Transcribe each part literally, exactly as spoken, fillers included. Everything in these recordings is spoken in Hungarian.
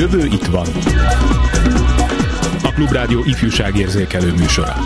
jövő itt van. A Klubrádió ifjúságérzékelő műsora.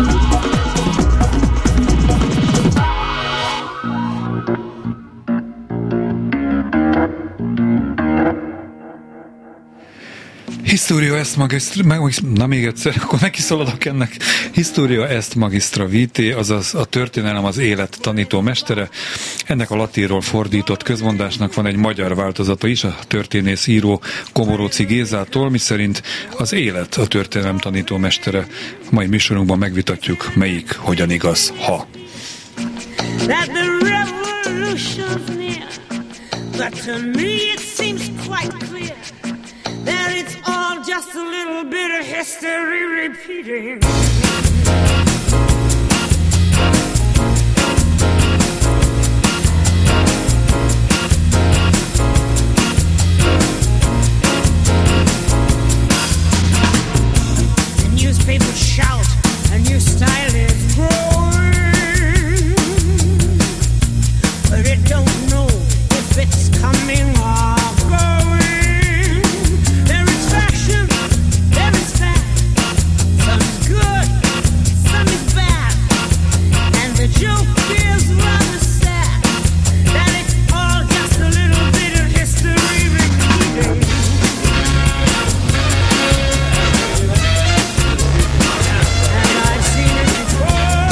Historia est magistra, na még egyszer, akkor nekiszaladok ennek. Historia est magistra vitae, azaz a történelem az élet tanító mestere. Ennek a latinról fordított közmondásnak van egy magyar változata is, a történész író Komoróci Gézától, miszerint az élet a történelem tanító mestere. A mai műsorunkban megvitatjuk, melyik hogyan igaz, ha. That the revolution's near, but to me it seems quite clear that it's all just a little bit of history repeating. The newspapers shout, a new style is growing, but it don't know if it's coming or going. The joke is rather sad that it's all just a little bit of history repeating. And I've seen it before,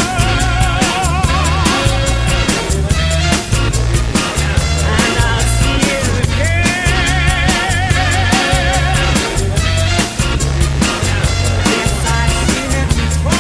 and I'll see it again. Yes, I've seen it before.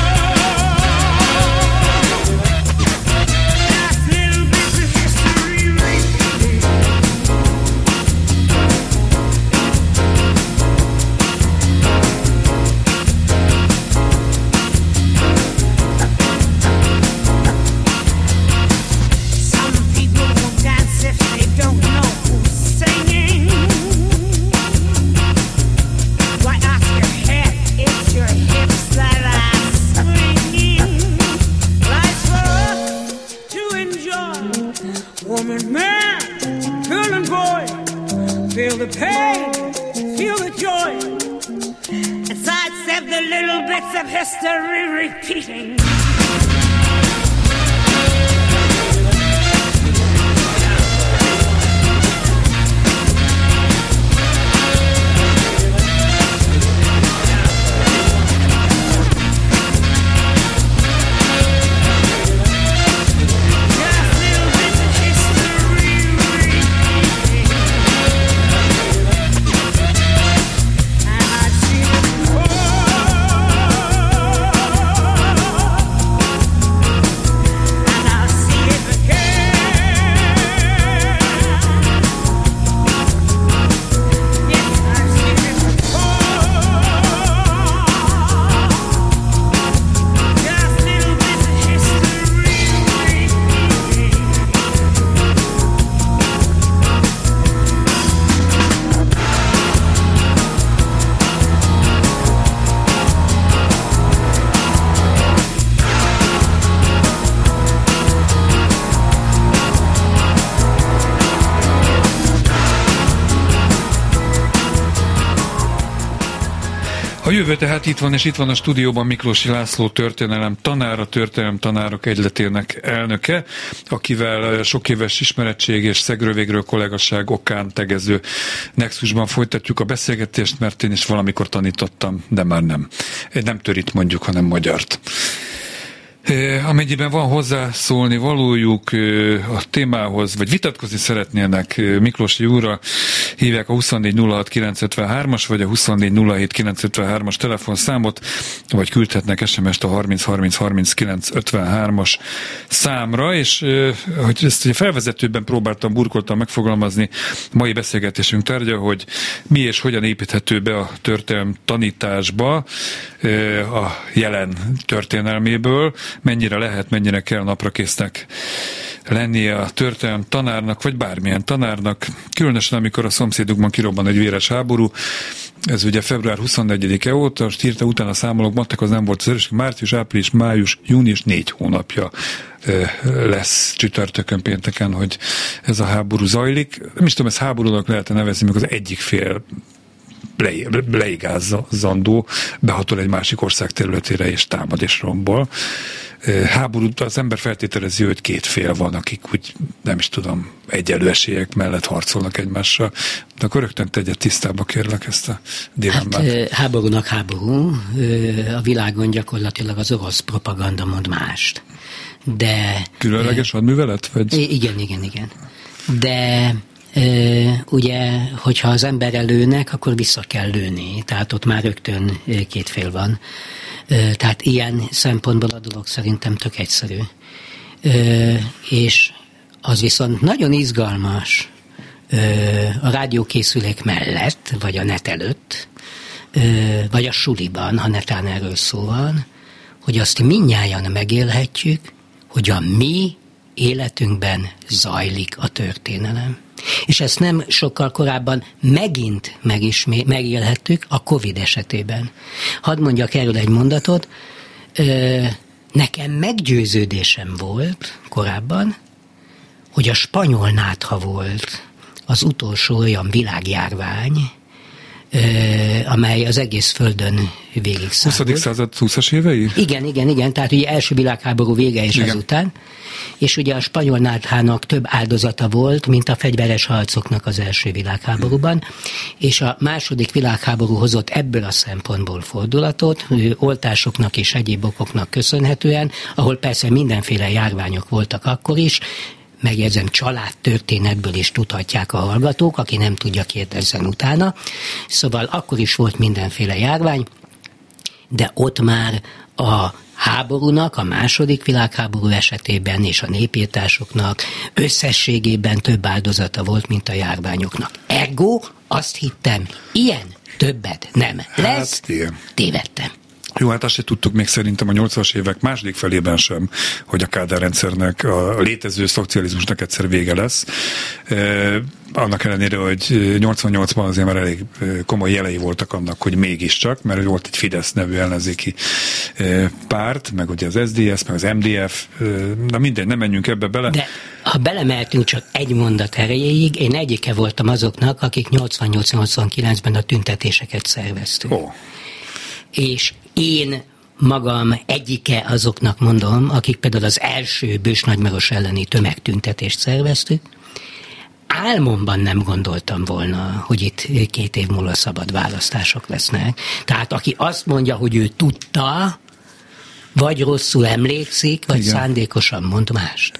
Feel the pain, feel the joy, and sidestep the little bits of history repeating. A jövő tehát itt van, és itt van a stúdióban Miklósi László történelem tanár, a Történelem Tanárok Egyletének elnöke, akivel sok éves ismeretség és szegről-végről kollégasság okán tegező nexusban folytatjuk a beszélgetést, mert én is valamikor tanítottam, de már nem. Nem törit mondjuk, hanem magyart. Amennyiben van hozzászólni valójuk a témához, vagy vitatkozni szeretnének Miklósi úrral, hívják a huszonnégy nulla hat kilencszázötvenhármas, vagy a huszonnégy nulla hét kilencszázötvenhármas telefonszámot, vagy küldhetnek es em est a harminc harminc harminckilenc ötvenhármas számra, és hogy ezt ugye felvezetőben próbáltam, burkoltam megfogalmazni mai beszélgetésünk tárgya, hogy mi és hogyan építhető be a történelem tanításba a jelen történelméből, mennyire lehet, mennyire kell naprakésznek lennie a történelem tanárnak, vagy bármilyen tanárnak, különösen amikor a szomszédukban kirobban egy véres háború. Ez ugye február huszonnegyedike óta, most írta, utána számolok, matek az nem volt az erős, március, április, május, június, négy hónapja lesz csütörtökön, pénteken, hogy ez a háború zajlik. Nem is tudom, ezt háborúnak lehet nevezni, mikor az egyik fél le, leigázandó, behatol egy másik ország területére és támad és rombol. Háborút az ember feltételezi, hogy két fél van, akik úgy, nem is tudom, egyenlő esélyek mellett harcolnak egymással. De akkor rögtön tegyed tisztába, kérlek, ezt a dilemmát. Hát háborúnak háború. A világon gyakorlatilag az orosz propaganda mond mást. De... Különleges hadművelet? Vagy? Igen, igen, igen. De ugye, hogyha az emberre lőnek, akkor vissza kell lőni. Tehát ott már rögtön két fél van. Tehát ilyen szempontból a dolog szerintem tök egyszerű. És az viszont nagyon izgalmas a rádiókészülék mellett, vagy a net előtt, vagy a suliban, ha netán erről szó van, hogy azt mindnyájan megélhetjük, hogy a mi életünkben zajlik a történelem. És ezt nem sokkal korábban megint megismé- megélhettük a Covid esetében. Hadd mondjak erről egy mondatot. Ö, nekem meggyőződésem volt korábban, hogy a spanyol nátha volt az utolsó olyan világjárvány, ö, amely az egész földön végig szállott. huszadik század húszas évei? Igen, igen, igen, tehát ugye első világháború vége és igen. azután. És ugye a spanyol náthának több áldozata volt, mint a fegyveres harcoknak az első világháborúban, és a második világháború hozott ebből a szempontból fordulatot, oltásoknak és egyéb okoknak köszönhetően, ahol persze mindenféle járványok voltak akkor is, megjegyzem, családtörténetből is tudhatják a hallgatók, aki nem tudja, kérdezzen utána. Szóval akkor is volt mindenféle járvány, de ott már a háborúnak, a második világháború esetében és a népírtásoknak összességében több áldozata volt, mint a járványoknak. Ergo azt hittem, ilyen többet nem lesz, hát, tévedtem. Jó, hát azt se tudtuk még szerintem a nyolcvanas évek második felében sem, hogy a Kádár rendszernek, a létező szocializmusnak egyszer vége lesz. E, annak ellenére, hogy nyolcvannyolcban azért már elég komoly jelei voltak annak, hogy mégiscsak, mert volt egy Fidesz nevű ellenzéki párt, meg ugye az es zé dé es, meg az em dé ef, na mindegy, nem menjünk ebbe bele. De ha belemeltünk csak egy mondat erejéig, én egyike voltam azoknak, akik nyolcvannyolc-nyolcvankilencben a tüntetéseket szerveztük. Oh. És én magam egyike azoknak mondom, akik például az első Bős-Nagymaros elleni tömegtüntetést szerveztük, álmomban nem gondoltam volna, hogy itt két év múlva szabad választások lesznek. Tehát aki azt mondja, hogy ő tudta, vagy rosszul emlékszik, vagy igen. szándékosan mond mást.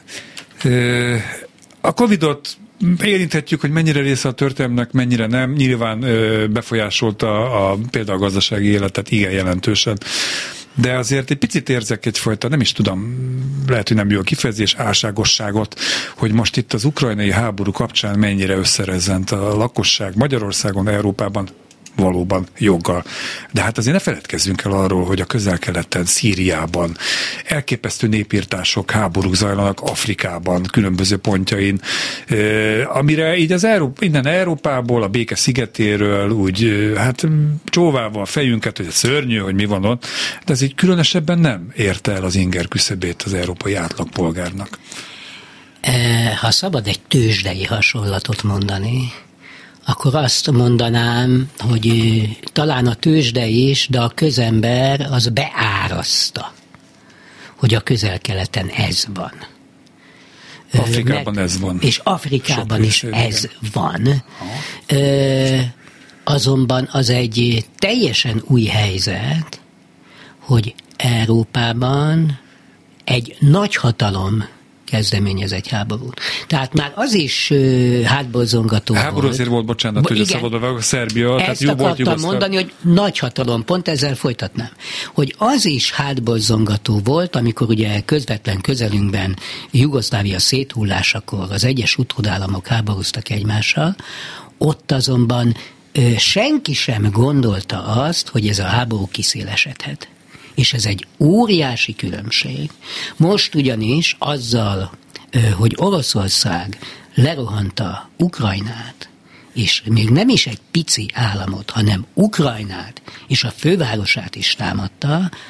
A Covidot érinthetjük, hogy mennyire része a történelmnek, mennyire nem. Nyilván ö, befolyásolta a, például a gazdasági életet igen jelentősen. De azért egy picit érzek egyfajta, nem is tudom, lehet, hogy nem jó a kifejezés, álságosságot, hogy most itt az ukrajnai háború kapcsán mennyire összerezzent a lakosság Magyarországon, Európában, valóban joggal. De hát azért ne feledkezzünk el arról, hogy a Közel-Keleten, Szíriában elképesztő népírtások, háborúk zajlanak Afrikában, különböző pontjain, amire így az Európa, innen Európából, a béke szigetéről úgy, hát csóválva a fejünket, hogy szörnyű, hogy mi van ott, de ez így különösebben nem érte el az inger küszöbét az európai átlagpolgárnak. Ha szabad egy tőzsdei hasonlatot mondani, akkor azt mondanám, hogy talán a tőzsde is, de a közember az beáraszta, hogy a Közel-Keleten ez van. Afrikában Meg, ez van. És Afrikában Sok is ez van. Ö, azonban az egy teljesen új helyzet, hogy Európában egy nagyhatalom kezdeményez egy háborút. Tehát már az is uh, hátborzongató volt. Háború azért volt, bocsánat, hogy a szabadba a Szerbia. Ezt tehát akartam volt, mondani, hogy nagy hatalom, pont ezzel folytatnám, hogy az is hátborzongató volt, amikor ugye közvetlen közelünkben Jugoszlávia széthullásakor az egyes utódállamok háborúztak egymással, ott azonban uh, senki sem gondolta azt, hogy ez a háború kiszélesedhet. És ez egy óriási különbség. Most ugyanis azzal, hogy Oroszország lerohanta Ukrajnát, és még nem is egy pici államot, hanem Ukrajnát, és a fővárosát is támadta,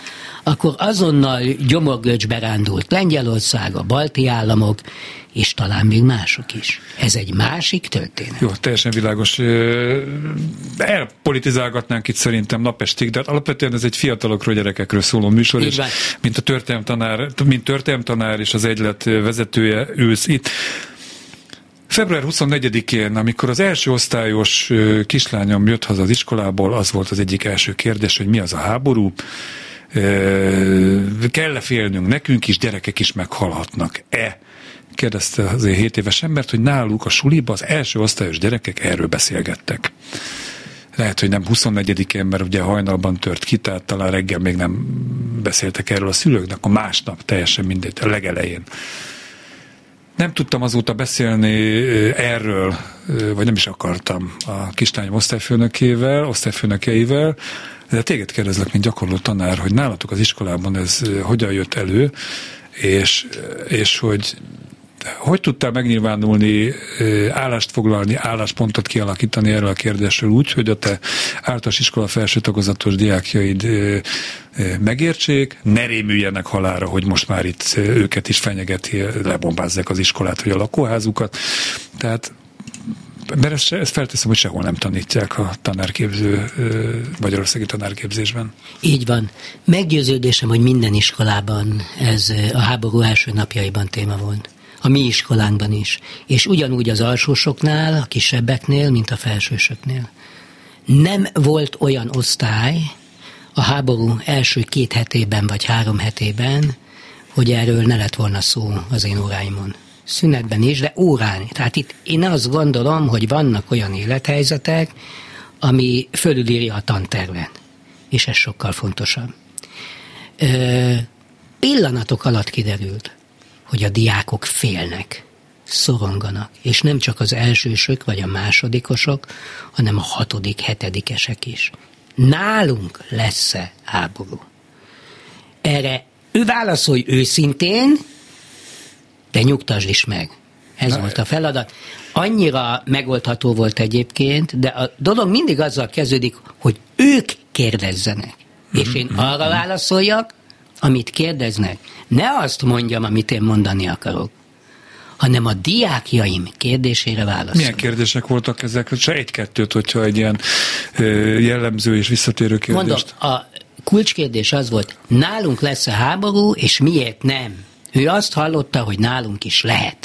akkor azonnal gyomorgörcsbe rándult Lengyelország, a balti államok, és talán még mások is. Ez egy másik történet. Jó, teljesen világos. Elpolitizálgatnánk itt szerintem napestig, de alapvetően ez egy fiatalokról, gyerekekről szóló műsor, és mint a történelemtanár, mint történelemtanár és az egylet vezetője ülsz itt. február huszonnegyedikén, amikor az első osztályos kislányom jött haza az iskolából, az volt az egyik első kérdés, hogy mi az a háború, kell-e félnünk, nekünk is, gyerekek is meghalhatnak-e? Kérdezte az hét éves embert, hogy náluk a suliba az első osztályos gyerekek erről beszélgettek. Lehet, hogy nem huszonnegyedikén, mert ugye hajnalban tört ki, tehát talán reggel még nem beszéltek erről a szülők, de akkor másnap teljesen mindegy, a legelején. Nem tudtam azóta beszélni erről, vagy nem is akartam a kislányom osztályfőnökével, osztályfőnökeivel, de téged kérdezlek, mint gyakorló tanár, hogy nálatok az iskolában ez hogyan jött elő, és, és hogy hogy tudtál megnyilvánulni, állást foglalni, álláspontot kialakítani erről a kérdésről úgy, hogy a te általános iskola felső tagozatos diákjaid megértsék, ne rémüljenek halálra, hogy most már itt őket is fenyegeti, lebombázzák az iskolát, vagy a lakóházukat. Tehát mert ezt, ezt felteszem, hogy sehol nem tanítják a tanárképző, magyarországi tanárképzésben. Így van. Meggyőződésem, hogy minden iskolában ez a háború első napjaiban téma volt. A mi iskolánkban is. És ugyanúgy az alsósoknál, a kisebbeknél, mint a felsősöknél. Nem volt olyan osztály a háború első két hetében, vagy három hetében, hogy erről ne lett volna szó az én óráimon. Szünetben is, de órán. Tehát itt én azt gondolom, hogy vannak olyan élethelyzetek, ami fölülírja a tantervet. És ez sokkal fontosabb. Ö, pillanatok alatt kiderült, hogy a diákok félnek, szoronganak, és nem csak az elsősök vagy a másodikosok, hanem a hatodik, hetedikesek is. Nálunk lesz-e háború? Erre ő válaszolj őszintén, de nyugtasd is meg. Ez Na, volt a feladat. Annyira megoldható volt egyébként, de a dolog mindig azzal kezdődik, hogy ők kérdezzenek. Mm-hmm. És én arra válaszoljak, amit kérdeznek. Ne azt mondjam, amit én mondani akarok, hanem a diákjaim kérdésére válaszol. Milyen kérdések voltak ezek? Se egy-kettőt, hogyha egy ilyen jellemző és visszatérő kérdést. Mondom, a kulcskérdés az volt, nálunk lesz a háború, és miért nem? Ő azt hallotta, hogy nálunk is lehet.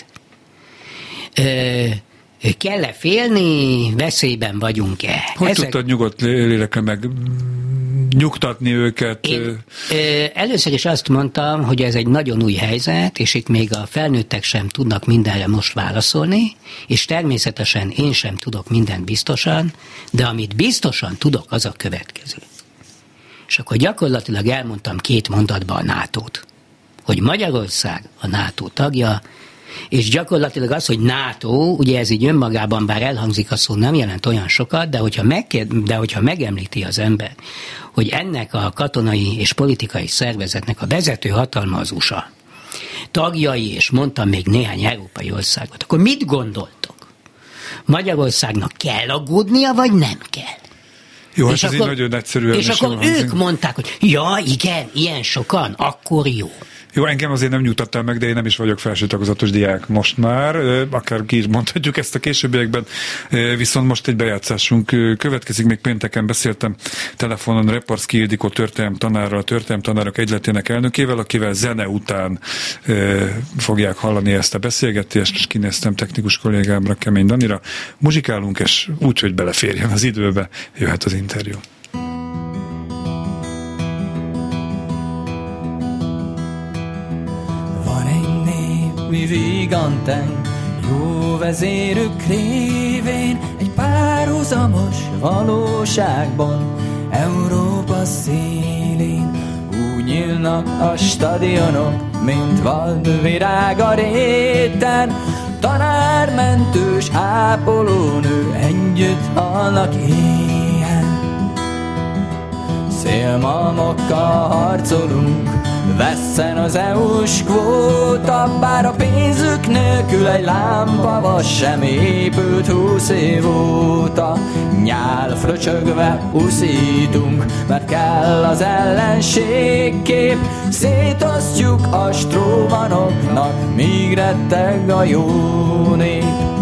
Ö, kell-e félni, veszélyben vagyunk-e? Hogy Ezek... tudtad nyugodt lélekre meg nyugtatni őket? Én, ö, először is azt mondtam, hogy ez egy nagyon új helyzet, és itt még a felnőttek sem tudnak mindenre most válaszolni, és természetesen én sem tudok mindent biztosan, de amit biztosan tudok, az a következő. És akkor gyakorlatilag elmondtam két mondatban a nátót. Hogy Magyarország a NATO tagja, és gyakorlatilag az, hogy NATO, ugye ez így önmagában, bár elhangzik a szó, nem jelent olyan sokat, de hogyha, megkér, de hogyha megemlíti az ember, hogy ennek a katonai és politikai szervezetnek a vezető hatalma az u es á, tagjai, és mondtam még néhány európai országot, akkor mit gondoltok? Magyarországnak kell aggódnia, vagy nem kell? Jó, és hát ez akkor, nagyon egyszerűen. És akkor ők mondták, hogy ja, igen, ilyen sokan, akkor jó. Jó, engem azért nem nyugtattál meg, de én nem is vagyok felső tagozatos diák most már, akár ki is mondhatjuk ezt a későbbiekben, viszont most egy bejátszásunk következik, még pénteken beszéltem telefonon Reparszky Ildikó történelem tanárral, a történelem tanárok egyletének elnökével, akivel zene után fogják hallani ezt a beszélgetést, és kinéztem technikus kollégámra, Kemény Danira. Muzsikálunk, és úgy, hogy beleférjen az időbe, jöhet az interjú. Mi vigantánk, jó vezérük révén, egy párhuzamos valóságban, Európa szélén. Úgy nyílnak a stadionok, mint vadvirág a réten, tanármentős ápolónő együtt halnak éhen. Szélmalmokkal harcolunk, Vesszen az é u-s kvóta, bár a pénzük nélkül egy lámpavas sem épült húsz év óta. Nyál fröcsögve uszítunk, mert kell az ellenségkép. Szétosztjuk a strómanoknak, míg retteg a jó nép.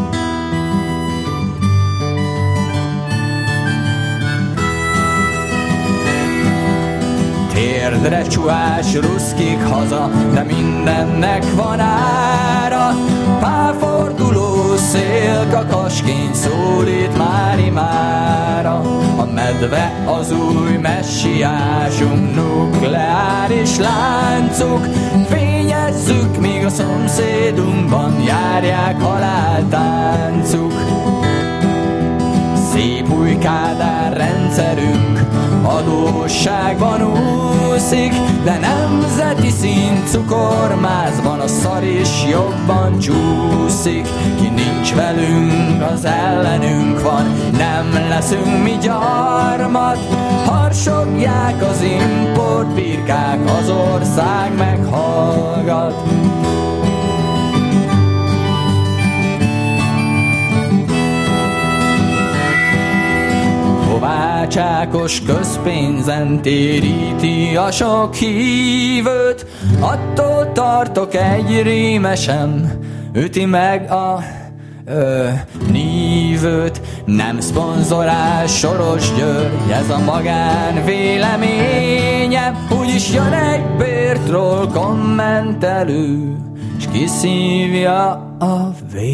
Térdre csuhás ruszkik haza, de mindennek van ára. Pálforduló szél kakasként szólít már imára. A medve az új messiásunk, nukleáris láncuk. Fényezzük, míg a szomszédunkban járják haláltáncuk. Szép új Kádár rendszerünk adósságban úszik, de nemzeti szint cukormázban a szar is jobban csúszik. Ki nincs velünk, az ellenünk van, nem leszünk mi gyarmat. Harsogják az importbirkák, az ország meghallgat. Kovács Ákos közpénzen téríti a sok hívőt, attól tartok egy rímesem üti meg a ö, nívőt. Nem szponzorál Soros György, ez a magán véleménye. Úgyis jön egy bértról kommentelő, s kiszívja a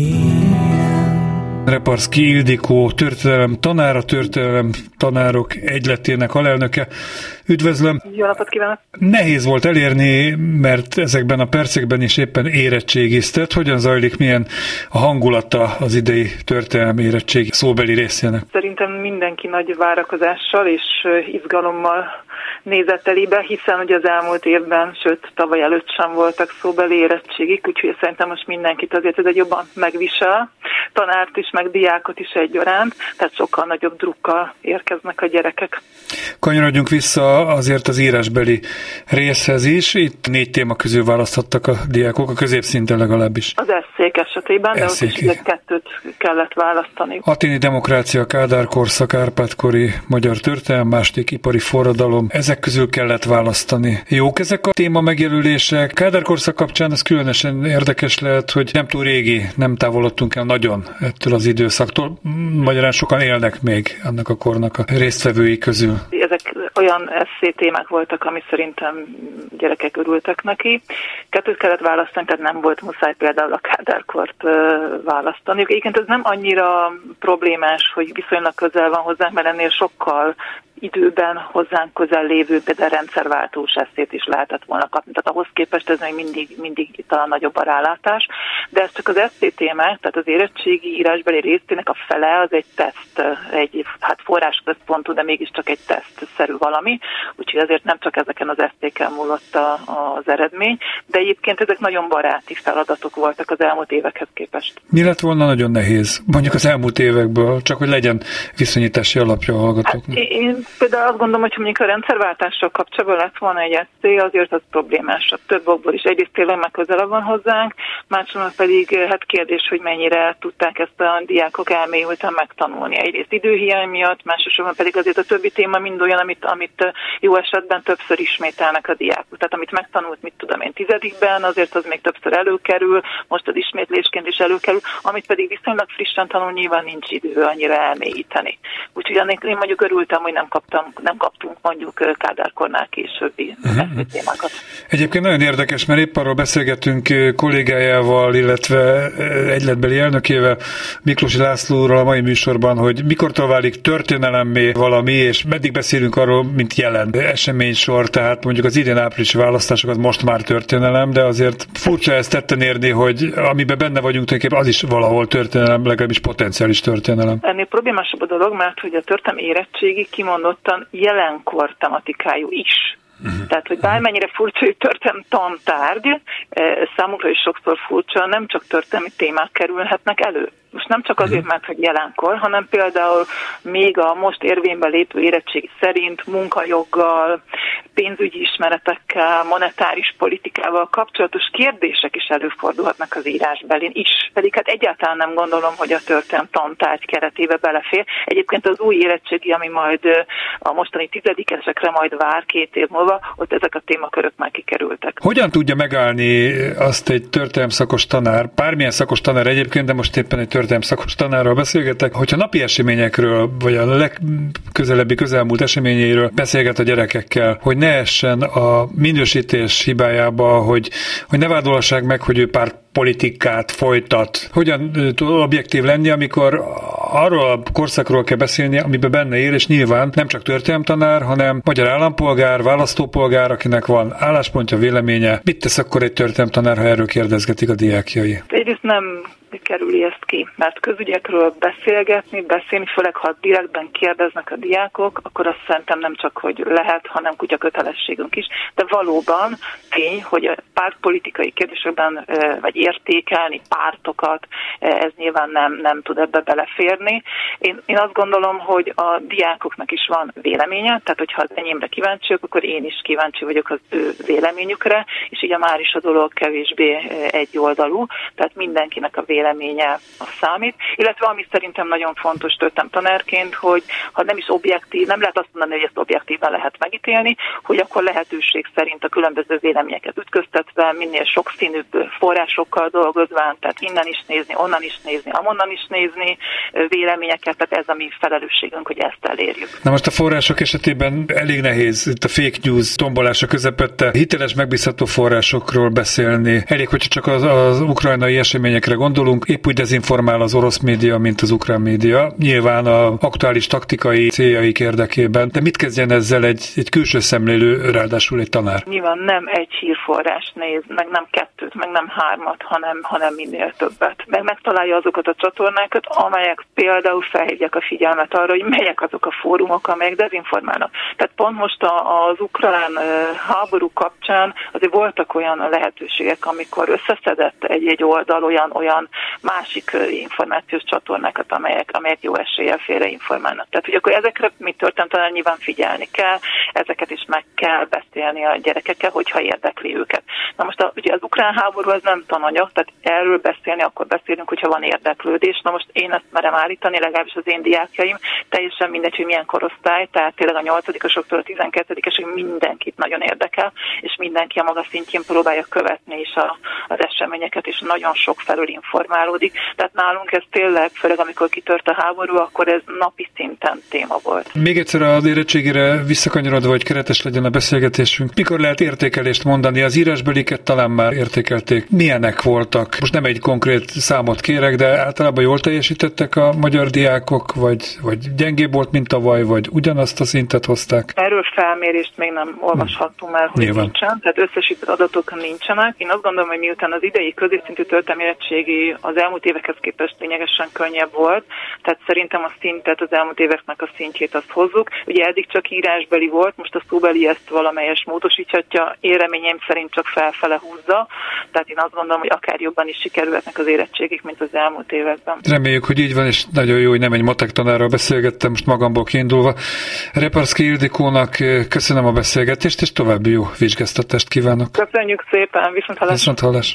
vérem. Reparszky Ildikó, történelem tanára, történelem tanárok egyletének alelnöke. Üdvözlöm! Jó napot kívánok! Nehéz volt elérni, mert ezekben a percekben is éppen érettségiztet. Hogyan zajlik, milyen a hangulata az idei történelmi érettség szóbeli részének? Szerintem mindenki nagy várakozással és izgalommal nézett elébe, hiszen ugye az elmúlt évben, sőt tavaly előtt sem voltak szóbeli érettségik, úgyhogy szerintem most mindenkit azért ez egy jobban megvisel, tanárt is, meg diákot is egyaránt, tehát sokkal nagyobb drukkal érkeznek a gyerekek. Kanyarodjunk vissza azért az írásbeli részhez is. Itt négy téma közül választhattak a diákok, a középszinten legalábbis. Az esszék esetében, de ott is kettőt kellett választani. Athéni demokrácia, Kádár korszak, Árpád-kori magyar történelem, második ipari forradalom. Ezek közül kellett választani. Jók ezek a téma megjelölések? Kádár korszak kapcsán ez különösen érdekes lehet, hogy nem túl régi, nem távolodtunk el nagyon ettől az időszaktól. Magyarán sokan élnek még annak a kornak a résztvevői közül. Ezek olyan esszé témák voltak, ami szerintem gyerekek örültek neki. Kettőt kellett választani, tehát nem volt muszáj például a Kádárkort választani. Egyébként ez nem annyira problémás, hogy viszonylag közel van hozzánk, mert ennél sokkal időben hozzánk közel lévő, de rendszerváltós esszét is lehetett volna kapni. Tehát ahhoz képest ez még mindig, mindig talán nagyobb a rálátás. De ez csak az esszé témák, tehát az érettségi írásbeli részének a fele az egy teszt, egy hát forrásközpontú, de mégiscsak egy tesztszerű valami. Úgyhogy azért nem csak ezeken az esszéken múlott a, az eredmény, de egyébként ezek nagyon baráti feladatok voltak az elmúlt évekhez képest. Mi lett volna nagyon nehéz, mondjuk az elmúlt évekből, csak hogy legyen viszonyítási alapja a hallgatóknak? Hát én például azt gondolom, hogy mondjuk a rendszerváltással kapcsolatban lett volna egy esszé, azért az problémásabb. Több okból is. Egyrészt tényleg meg közelebb van hozzánk, másodszor pedig hát kérdés, hogy mennyire tudták ezt a diákok elmélyülten megtanulni. Egyrészt időhiány miatt, másodszorban pedig azért a többi téma mind olyan, amit, amit jó esetben többször ismételnek a diákok. Tehát amit megtanult, mit tudom én, tizedikben, azért az még többször előkerül, most az ismétlésként is előkerül, amit pedig viszonylag frissen tanul, nyilván nincs idő annyira elmélyíteni. Úgyhogy én mondjuk örültem, hogy nem kaptam, nem kaptunk mondjuk Kádárkornál későbbi uh-huh. témákat. Egyébként nagyon érdekes, mert épp arról beszélgettünk kollégájával, illetve egyletbeli elnökével, Miklósi Lászlóról a mai műsorban, hogy mikortól válik történelemmé valami, és meddig beszélünk arról, mint jelen eseménysor, tehát mondjuk az idén áprilisi választások az most már történelem, de azért furcsa ezt tetten érni, hogy amiben benne vagyunk, tulajdonképpen az is valahol történelem, legalábbis potenciális történelem. Ennél problémásabb a dolog, mert hogy a történelmi érettségi kimondottan jelenkor tematikájú is. Uh-huh. Tehát, hogy bármennyire furcsa, hogy történelmi tantárgy, számunkra is sokszor furcsa, nem csak történelmi témák kerülhetnek elő. Most nem csak azért, mert hogy jelenkor, hanem például még a most érvénybe lépő érettségi szerint munkajoggal, pénzügyi ismeretekkel, monetáris politikával kapcsolatos kérdések is előfordulhatnak az írásbelin is. Pedig hát egyáltalán nem gondolom, hogy a történelem tantárgy keretébe belefér. Egyébként az új érettségi, ami majd a mostani tizedikesekre majd vár két év múlva, ott ezek a témakörök már kikerültek. Hogyan tudja megállni azt egy történelem szakos tanár, bármilyen szakos tanár egyébként, de most éppen egy történelem szakos tanárral beszélgetek, hogyha napi eseményekről, vagy a legközelebbi közelmúlt eseményeiről beszélget a gyerekekkel, hogy ne essen a minősítés hibájába, hogy, hogy ne vádolhassák meg, hogy ő párt politikát folytat. Hogyan tud objektív lenni, amikor arról a korszakról kell beszélni, amiben benne él, és nyilván nem csak történelemtanár, hanem magyar állampolgár, választópolgár, akinek van álláspontja, véleménye. Mit tesz akkor egy történelemtanár, ha erről kérdezgetik a diákjai? Egyrészt nem kerüli ezt ki, mert közügyekről beszélgetni, beszélni, főleg ha direktben kérdeznek a diákok, akkor azt szerintem nem csak, hogy lehet, hanem kutya kötelességünk is, de valóban tény, hogy a pártpolitikai kérdésekben vagy értékelni pártokat, ez nyilván nem, nem tud ebbe beleférni. Én, én azt gondolom, hogy a diákoknak is van véleménye, tehát hogyha az enyémre kíváncsiak, akkor én is kíváncsi vagyok az ő véleményükre, és így már is a dolog kevésbé egyoldalú, tehát mindenkinek a véleménye a számít, illetve ami szerintem nagyon fontos tanárként, hogy ha nem is objektív, nem lehet azt mondani, hogy ezt objektíven lehet megítélni, hogy akkor lehetőség szerint a különböző véleményeket ütköztetve, minél sokszínűbb forrásokkal dolgozván, tehát innen is nézni, onnan is nézni, amonnan is nézni véleményeket, tehát ez a mi felelősségünk, hogy ezt elérjük. Na most a források esetében elég nehéz itt a fake news tombolása közepette hiteles, megbízható forrásokról beszélni. Elég, hogyha csak az, az ukrajnai eseményekre gondolunk, épp úgy dezinformál az orosz média, mint az ukrán média. Nyilván a aktuális taktikai céljaik érdekében. De mit kezdjen ezzel egy, egy külső szemlélő, ráadásul egy tanár? Nyilván nem egy hírforrást néz, meg nem kettőt, meg nem hármat, hanem, hanem minél többet. Meg megtalálja azokat a csatornákat, amelyek például felhívják a figyelmet arra, hogy melyek azok a fórumok, amelyek dezinformálnak. Tehát pont most a, az ukrán háború kapcsán azért voltak olyan lehetőségek, amikor összeszedett egy-egy oldal olyan, olyan másik információs csatornákat, amelyek, amelyek jó eséllyel félreinformálnak. Tehát, hogy akkor ezekre mit történt, talán nyilván figyelni kell, ezeket is meg kell beszélni a gyerekekkel, hogyha érdekli őket. Na most a, ugye az ukrán háború az nem tananyag, tehát erről beszélni, akkor beszélünk, hogyha van érdeklődés. Na most én ezt merem állítani, legalábbis az én diákjaim, teljesen mindegy, hogy milyen korosztály, tehát tényleg a nyolcadikosoktól a tizenkettedikesig mindenkit nagyon érdekel, és mindenki a maga szintjén próbálja követni is a, az eseményeket, és nagyon sok felől informálódik. Tehát nálunk ez tényleg, főleg amikor kitört a háború, akkor ez napi szinten téma volt. Még egyszer az érettségére visszakanyarodva, hogy keretes legyen a beszélgetésünk. Mikor lehet értékelést mondani? Az írásbeliket talán már értékelték. Milyenek voltak? Most nem egy konkrét számot kérek, de általában jól teljesítettek a magyar diákok, vagy, vagy gyengébb volt, mint tavaly, vagy ugyanazt a szintet hozták? Erről felmérést még nem olvashattunk el, hogy Nyilván. nincsen, tehát összesített adatok nincsenek. Én azt gondolom, hogy miután az idei középszintű történelmi érettségi az elmúlt évekhez képest lényegesen könnyebb volt, tehát szerintem a szintet, az elmúlt éveknek a szintjét azt hozzuk. Ugye eddig csak írásbeli volt, most a szóbeli ezt valamelyes módosíthatja, én reményeim szerint csak felfele húzza, tehát én azt gondolom, hogy akár jobban is sikerülhetnek az érettségik, mint az elmúlt években. Reméljük, hogy így van, és nagyon jó, hogy nem egy matek tanárral beszélgettem, most magamból kiindulva. Reparszky Ildikónak köszönöm a beszélgetést, és további jó vizsgáztatást kívánok. Köszönjük szépen, viszont hallásra. Viszont hallásra.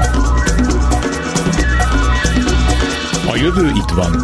A jövő itt van.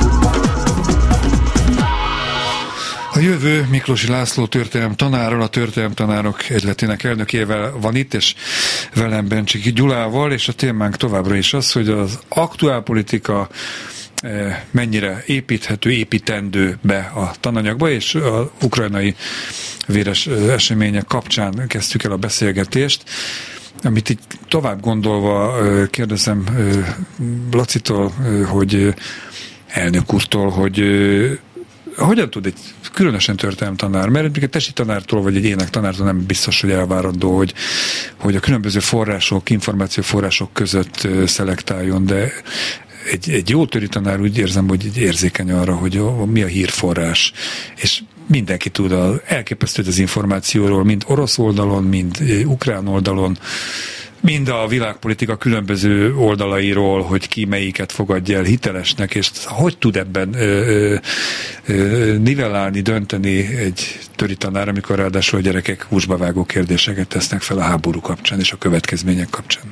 A jövő Miklósi László történelem tanárral, a történelem tanárok egyletének elnökével van itt, és velem Bencsiki Gyulával, és a témánk továbbra is az, hogy az aktuálpolitika mennyire építhető, építendő be a tananyagba, és az ukrajnai véres események kapcsán kezdtük el a beszélgetést, amit így tovább gondolva kérdezem Lacitól, hogy elnök úrtól, hogy hogyan tud egy különösen történelem tanár, mert egy tesi tanártól vagy egy énektanártól nem biztos, hogy elvárandó, hogy, hogy a különböző források, információforrások között szelektáljon, de egy, egy jó töri tanár úgy érzem, hogy egy érzékeny arra, hogy a, mi a hírforrás, és mindenki tud az elképesztő az információról, mind orosz oldalon, mind ukrán oldalon, mind a világpolitika különböző oldalairól, hogy ki melyiket fogadja el hitelesnek, és hogy tud ebben ö, ö, ö, nivellálni, dönteni egy töri tanár, amikor ráadásul a gyerekek húsba vágó kérdéseket tesznek fel a háború kapcsán és a következmények kapcsán.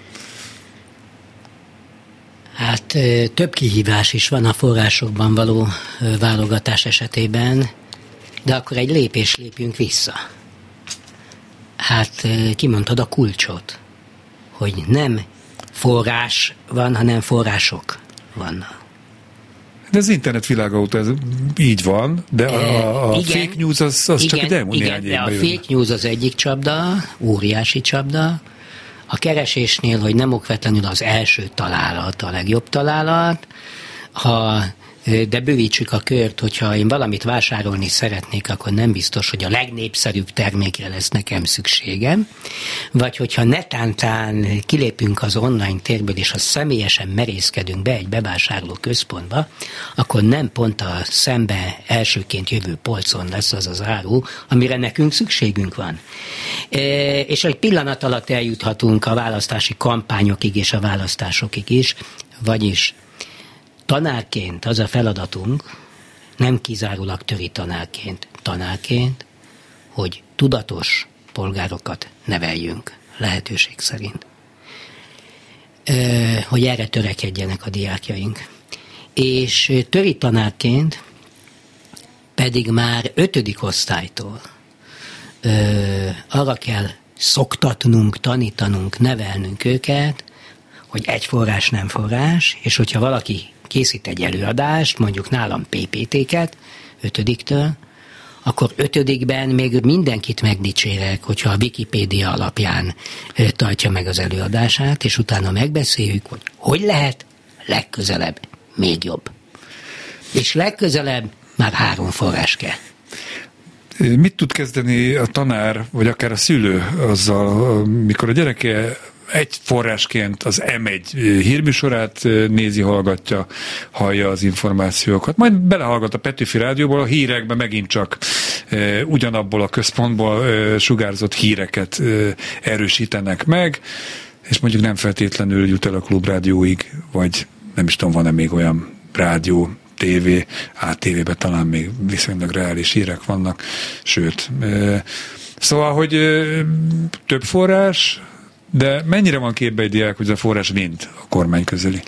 Hát több kihívás is van a forrásokban való válogatás esetében, de akkor egy lépés lépjünk vissza. Hát kimondtad a kulcsot, hogy nem forrás van, hanem források vannak. De az internet világa óta ez így van, de a, a igen, fake news az, az igen, csak egy elmúlt igen, néhány de évben a jön. fake news az egyik csapda, óriási csapda. A keresésnél, hogy nem okvetlenül az első találat a legjobb találat, ha, de bővítsük a kört, hogyha én valamit vásárolni szeretnék, akkor nem biztos, hogy a legnépszerűbb termékre lesz nekem szükségem, vagy hogyha netántán kilépünk az online térből, és ha személyesen merészkedünk be egy bevásárló központba, akkor nem pont a szembe elsőként jövő polcon lesz az az áru, amire nekünk szükségünk van. E, és egy pillanat alatt eljuthatunk a választási kampányokig és a választásokig is, vagyis tanárként az a feladatunk, nem kizárólag töri tanárként, tanárként, hogy tudatos polgárokat neveljünk lehetőség szerint. Ö, hogy erre törekedjenek a diákjaink. És töri tanárként pedig már ötödik osztálytól ö, arra kell szoktatnunk, tanítanunk, nevelnünk őket, hogy egy forrás nem forrás, és hogyha valaki készít egy előadást, mondjuk nálam pé pé té-ket, ötödiktől, akkor ötödikben még mindenkit megdicsérek, hogyha a Wikipédia alapján tartja meg az előadását, és utána megbeszéljük, hogy hogy lehet legközelebb még jobb. És legközelebb már három forrás kell. Mit tud kezdeni a tanár, vagy akár a szülő azzal, mikor a gyereke egy forrásként az em egy hírműsorát nézi, hallgatja, hallja az információkat. Majd belehallgat a Petőfi Rádióból, a hírekben megint csak e, ugyanabból a központból e, sugárzott híreket e, erősítenek meg, és mondjuk nem feltétlenül jut el a Klubrádióig, vagy nem is tudom, van-e még olyan rádió, tévé, á té vében talán még viszonylag reális hírek vannak, sőt. E, szóval, hogy e, több forrás, de mennyire van képbe egy diák, hogy a forrás mind a kormány közeli?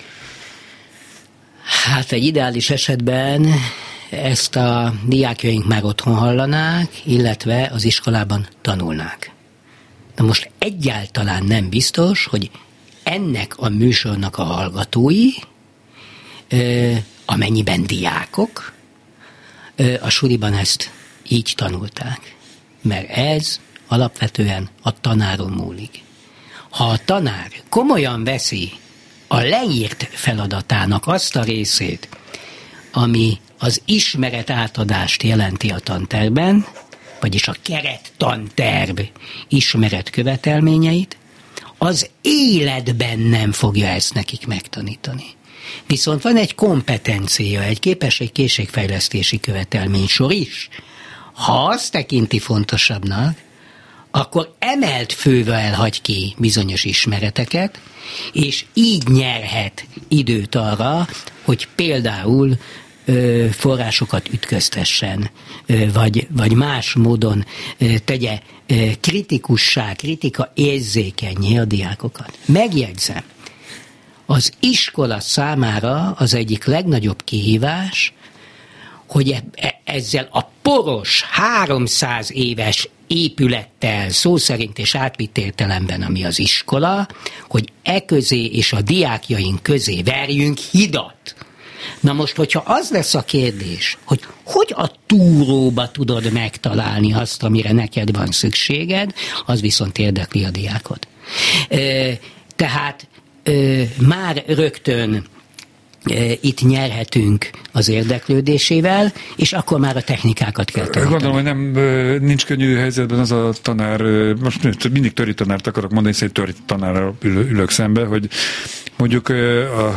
Hát egy ideális esetben ezt a diákjaink már otthon hallanák, illetve az iskolában tanulnák. Na most egyáltalán nem biztos, hogy ennek a műsornak a hallgatói, amennyiben diákok, a suliban ezt így tanulták. Mert ez alapvetően a tanáron múlik. Ha a tanár komolyan veszi a leírt feladatának azt a részét, ami az ismeret átadást jelenti a tantervben, vagyis a keret tanterv ismeret követelményeit, az életben nem fogja ezt nekik megtanítani. Viszont van egy kompetencia, egy képesség-készségfejlesztési követelménysor is. Ha azt tekinti fontosabbnak, akkor emelt fővel hagy ki bizonyos ismereteket, és így nyerhet időt arra, hogy például ö, forrásokat ütköztessen, ö, vagy, vagy más módon ö, tegye ö, kritikussá, kritika érzékenyé a diákokat. Megjegyzem, az iskola számára az egyik legnagyobb kihívás, hogy e- ezzel a poros, háromszáz éves épülettel, szó szerint és átvitt értelemben, ami az iskola, hogy e közé és a diákjaink közé verjünk hidat. Na most, hogyha az lesz a kérdés, hogy hogy a túróba tudod megtalálni azt, amire neked van szükséged, az viszont érdekli a diákot. E, tehát e, már rögtön itt nyerhetünk az érdeklődésével, és akkor már a technikákat kell tanítani. Gondolom, hogy nem, nincs könnyű helyzetben az a tanár, most mindig töri tanárt akarok mondani, hiszen töri tanárral ülök szembe, hogy mondjuk a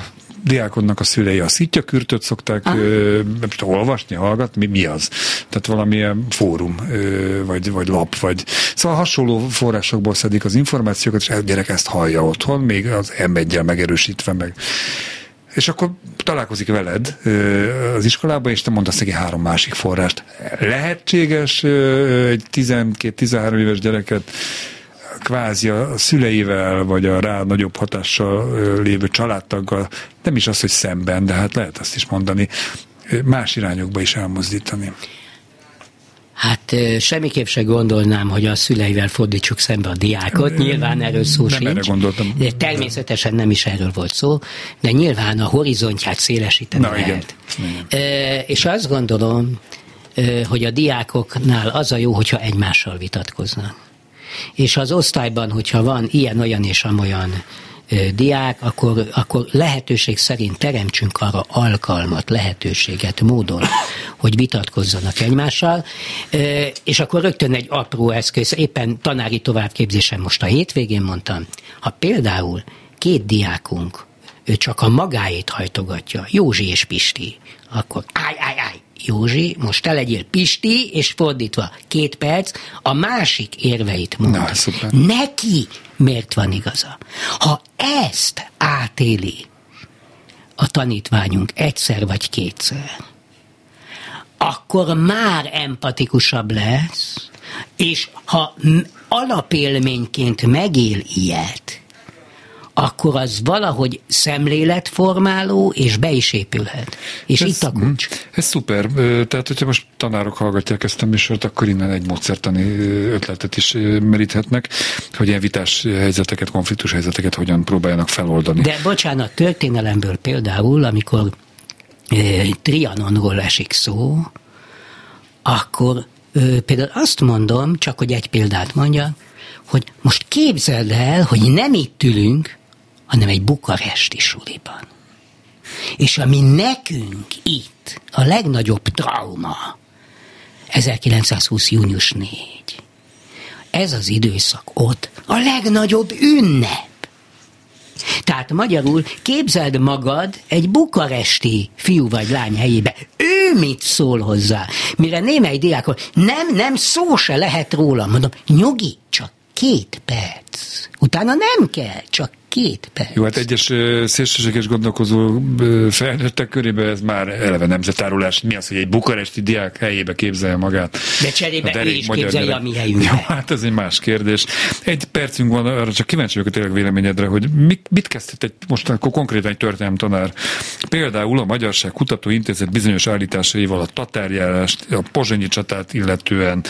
diákodnak a szülei a szitjakürtöt szokták ö, nem tudom, olvasni, hallgatni, mi, mi az? Tehát valamilyen fórum, ö, vagy, vagy lap, vagy... Szóval hasonló forrásokból szedik az információkat, és a gyerek ezt hallja otthon, még az em egyel megerősítve meg. És akkor találkozik veled az iskolában, és te mondasz neki három másik forrást. Lehetséges egy tizenkét-tizenhárom éves gyereket kvázi a szüleivel, vagy a rá nagyobb hatással lévő családtaggal, nem is az, hogy szemben, de hát lehet azt is mondani, más irányokba is elmozdítani. Hát semmiképp se gondolnám, hogy a szüleivel fordítsuk szembe a diákot. Nyilván erről szó nem sincs. Erre gondoltam. De természetesen nem is erről volt szó, de nyilván a horizontját szélesíteni Na, lehet. Igen. E, és azt gondolom, hogy a diákoknál az a jó, hogyha egymással vitatkoznak. És az osztályban, hogyha van ilyen, olyan és amolyan diák, akkor, akkor lehetőség szerint teremtsünk arra alkalmat, lehetőséget, módon, hogy vitatkozzanak egymással, és akkor rögtön egy apró eszköz, éppen tanári továbbképzésen most a hétvégén mondtam, ha például két diákunk ő csak a magáét hajtogatja, Józsi és Pisti, akkor állj, állj, állj, Józsi, most te legyél Pisti, és fordítva két perc, a másik érveit mond. Na, szuper. Neki miért van igaza? Ha ezt átéli a tanítványunk egyszer vagy kétszer, akkor már empatikusabb lesz, és ha alapélményként megél ilyet, akkor az valahogy szemléletformáló, és be is épülhet. És ez, itt a kulcs. Ez szuper. Tehát, hogyha most tanárok hallgatják ezt a műsort, akkor innen egy módszertani ötletet is meríthetnek, hogy ilyen vitás helyzeteket, konfliktus helyzeteket hogyan próbáljanak feloldani. De bocsánat, történelemből például, amikor e, Trianonról esik szó, akkor e, például azt mondom, csak hogy egy példát mondjak, hogy most képzeld el, hogy nem itt ülünk, hanem egy bukaresti suliban. És ami nekünk itt a legnagyobb trauma, ezerkilencszázhúsz. június negyedike. Ez az időszak ott a legnagyobb ünnep. Tehát magyarul képzeld magad egy bukaresti fiú vagy lány helyébe. Ő mit szól hozzá? Mire némely diákon, nem, nem, szó se lehet róla. Mondom, nyugi, csak két perc. Utána nem kell, csak két perc. Jó, hát egyes uh, szélsőséges gondolkozó uh, felnőttek körében ez már eleve nemzetárulás. Mi az, hogy egy bukaresti diák helyébe képzelje magát? De cserébe ő is képzelje a mi helyünkbe. Jó, hát ez egy más kérdés. Egy percünk van, arra csak kíváncsi vagyok a tényleg véleményedre, hogy mit, mit kezdett egy, most akkor konkrétan egy történelemtanár. Például a Magyarság Kutatóintézet bizonyos állításaival a tatárjárást, a pozsonyi csatát illetően,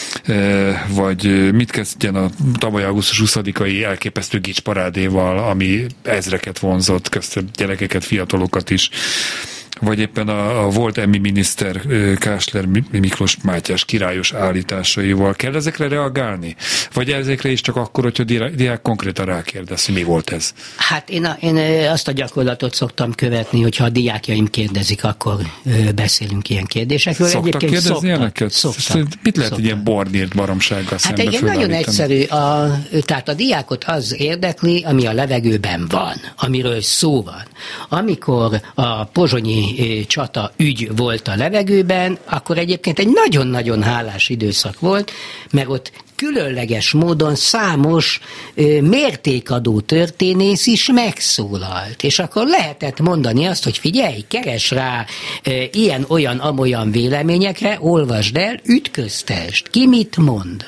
uh, vagy mit kezdjen a tavaly augusztus huszadikai elképesztő gicsparádéval, ami ezreket vonzott, köztük gyerekeket, fiatalokat is, vagy éppen a, a volt emmi miniszter Kásler Miklós Mátyás királyos állításaival. Kell ezekre reagálni? Vagy ezekre is csak akkor, hogyha diák, diák konkrétan rákérdez, mi volt ez? Hát én, a, én azt a gyakorlatot szoktam követni, hogyha a diákjaim kérdezik, akkor beszélünk ilyen kérdésekről. Szoktak kérdezni szoktak, ilyeneket? Szoktak, mit lehet szoktak. egy ilyen bornírt baromsággal hát szembe igen, nagyon egyszerű. A, tehát a diákot az érdekli, ami a levegőben van, amiről szó van. Amikor a pozsonyi csata ügy volt a levegőben, akkor egyébként egy nagyon-nagyon hálás időszak volt, mert ott különleges módon számos ö, mértékadó történész is megszólalt. És akkor lehetett mondani azt, hogy figyelj, keres rá ö, ilyen-olyan-amolyan véleményekre, olvasd el, ütköztest, ki mit mond.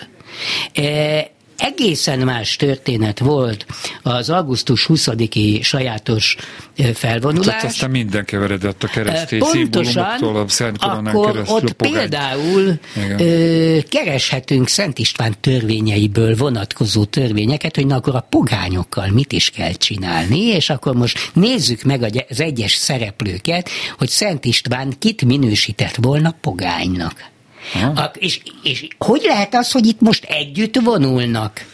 E, Egészen más történet volt az augusztus huszadiki sajátos felvonulás. Tehát aztán minden keveredett a keresztély szimbólumoktól, a Szent Koronán akkor keresztül. ott például ö, kereshetünk Szent István törvényeiből vonatkozó törvényeket, hogy na akkor a pogányokkal mit is kell csinálni, és akkor most nézzük meg az egyes szereplőket, hogy Szent István kit minősített volna pogánynak. A, és, és hogy lehet az, hogy itt most együtt vonulnak?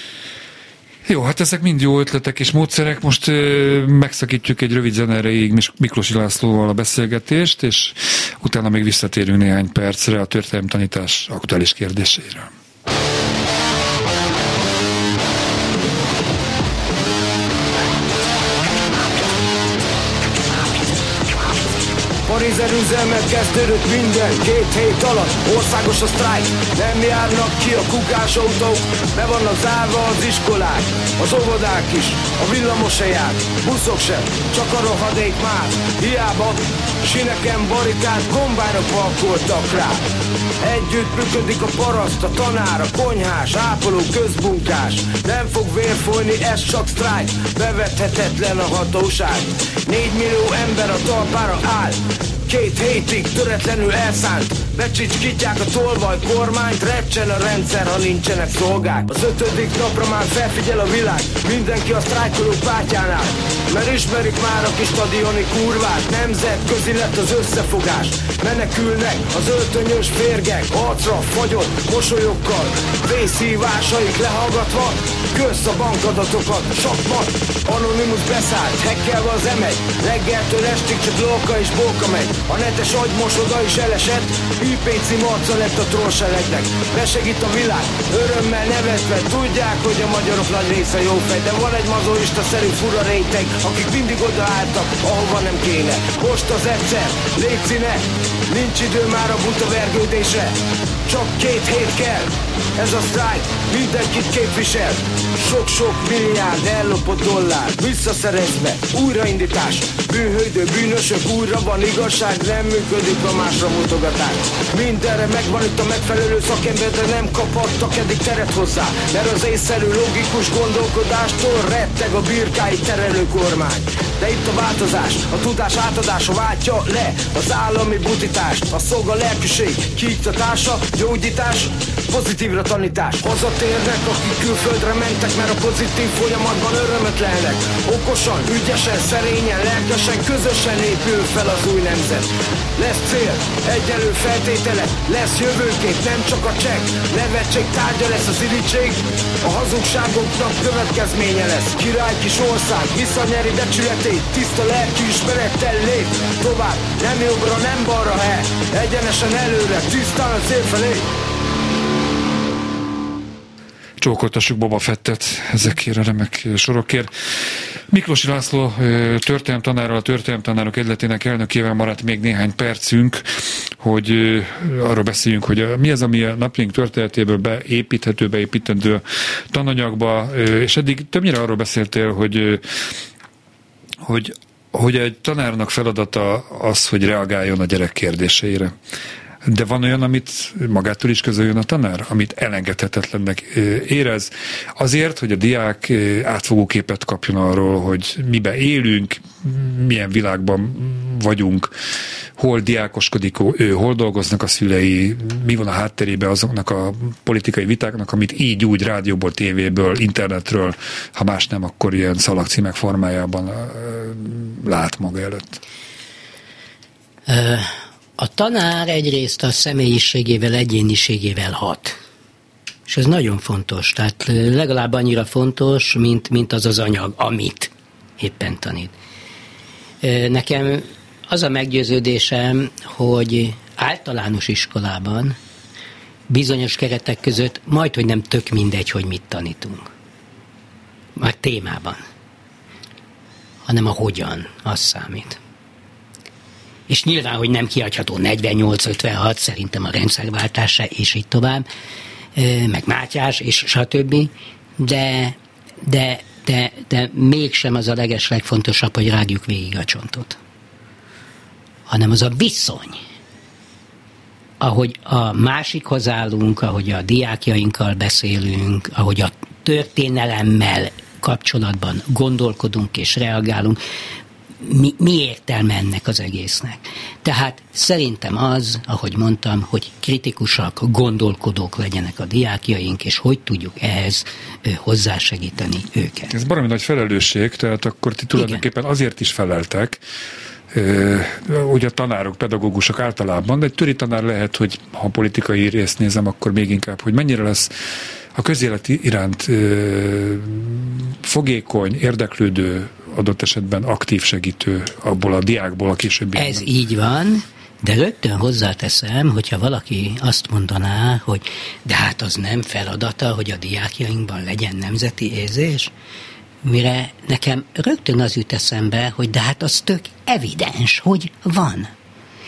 Jó, hát ezek mind jó ötletek és módszerek. Most ö, megszakítjuk egy rövid zene erejéig Miklósi Lászlóval a beszélgetést, és utána még visszatérünk néhány percre a történelemtanítás aktuális kérdéseire. Parizer üzemmel kezdődött minden, két hét alatt országos a sztrájk. Nem járnak ki a kukás autók, be vannak zárva az iskolák, az óvodák is, a villamos se jár, buszok sem, csak a rohadék már. Hiába sineken barikád, gombára pakoltak rá. Együtt működik a paraszt, a tanár, a konyhás, ápoló, közmunkás. Nem fog vér folyni, ez csak sztrájk, bevethetetlen a hatóság. Négy millió ember a talpára áll, két hétig töretlenül elszánt. Becsicskítják a tolvaj kormányt, repcsen a rendszer, ha nincsenek szolgák. Az ötödik napra már felfigyel a világ, mindenki a sztrájkolók pártjánál. Mert ismerik már a kis stadioni kurvát, nemzetközi lett az összefogás. Menekülnek az öltönyös férgek, arcra fagyott mosolyokkal, vészhívásaik lehallgatva, kösz a bankadatokat, sakmat. Anonymous beszállt, hekkelve az em egy, reggeltől estig csak lóka és bóka megy. A netes agymosoda is elesett, i pé cím arca lett a trollseregnek. Besegít a világ, örömmel nevetve, tudják, hogy a magyarok nagy része jó fej, de van egy mazoista szerű fura réteg, akik mindig odaálltak, ahova nem kéne. Most az egyszer, légy színe, nincs idő már a buta vergődésre, csak két hét kell. Ez a sztrájk mindenkit képvisel. Sok-sok milliárd ellopott dollár visszaszerezve, újraindítás. Bűnhődő bűnösök, újra van igazság, nem működik a másra mutogatás. Mindenre megvan itt a megfelelő szakember, de nem kaphattak eddig teret hozzá, mert az észszerű logikus gondolkodástól retteg a birkái terelő kormány. De itt a változás, a tudás átadása váltja le az állami butitást. A szolga lelkűség kiiktatása, gyógyítás, pozitívra tanítás. Hazatérnek, akik külföldre mentek, mert a pozitív folyamatban örömöt lelnek. Okosan, ügyesen, szerényen, lelkesen, közösen épül fel az új nemzet. Lesz cél, egyenlő feltételek, lesz jövőkép, nem csak a csekk. Nevetség tárgya lesz az irítség, a hazugságoknak következménye lesz. Király kis ország visszanyeri becsületét, tiszta lelkiismerettel lép tovább, nem jobbra, nem balra, he, egyenesen előre, tisztán a cél felé. Csókoltassuk Boba Fettet ezekért a remek sorokért. Miklósi László történelemtanárral, a Történelemtanárok Egyletének elnökével maradt még néhány percünk, hogy arról beszéljünk, hogy mi az, ami a napjaink történetéből beépíthető, beépítendő tananyagba, és eddig többnyire arról beszéltél, hogy, hogy, hogy egy tanárnak feladata az, hogy reagáljon a gyerek kérdéseire. De van olyan, amit magától is közöljön a tanár, amit elengedhetetlennek érez, azért, hogy a diák átfogó képet kapjon arról, hogy miben élünk, milyen világban vagyunk, hol diákoskodik ő, hol dolgoznak a szülei, mi van a hátterében azoknak a politikai vitáknak, amit így úgy rádióból, tévéből, internetről, ha más nem, akkor ilyen szalagcímek formájában lát maga előtt. A tanár egyrészt a személyiségével, egyéniségével hat. És ez nagyon fontos. Tehát legalább annyira fontos, mint, mint az az anyag, amit éppen tanít. Nekem az a meggyőződésem, hogy általános iskolában bizonyos keretek között majdhogy nem tök mindegy, hogy mit tanítunk. Már témában. Hanem a hogyan, az számít. És nyilván, hogy nem kiadható negyvennyolc ötvenhat, szerintem a rendszerváltása, és így tovább, meg Mátyás, és stb. De, de, de, de mégsem az a legeslegfontosabb, hogy rágjuk végig a csontot. Hanem az a viszony, ahogy a másikhoz állunk, ahogy a diákjainkkal beszélünk, ahogy a történelemmel kapcsolatban gondolkodunk és reagálunk, Mi, mi értelme ennek az egésznek? Tehát szerintem az, ahogy mondtam, hogy kritikusak, gondolkodók legyenek a diákjaink, és hogy tudjuk ehhez hozzásegíteni őket. Ez baromi nagy felelősség, tehát akkor ti tulajdonképpen igen. Azért is feleltek, ugye a tanárok, pedagógusok általában, de egy töri tanár lehet, hogy ha politikai részt nézem, akkor még inkább, hogy mennyire lesz a közélet iránt fogékony, érdeklődő, adott esetben aktív segítő abból a diákból a későbbi. Ez így van, de rögtön hozzáteszem, hogyha valaki azt mondaná, hogy de hát az nem feladata, hogy a diákjainkban legyen nemzeti érzés, mire nekem rögtön az jut eszembe, hogy de hát az tök evidens, hogy van.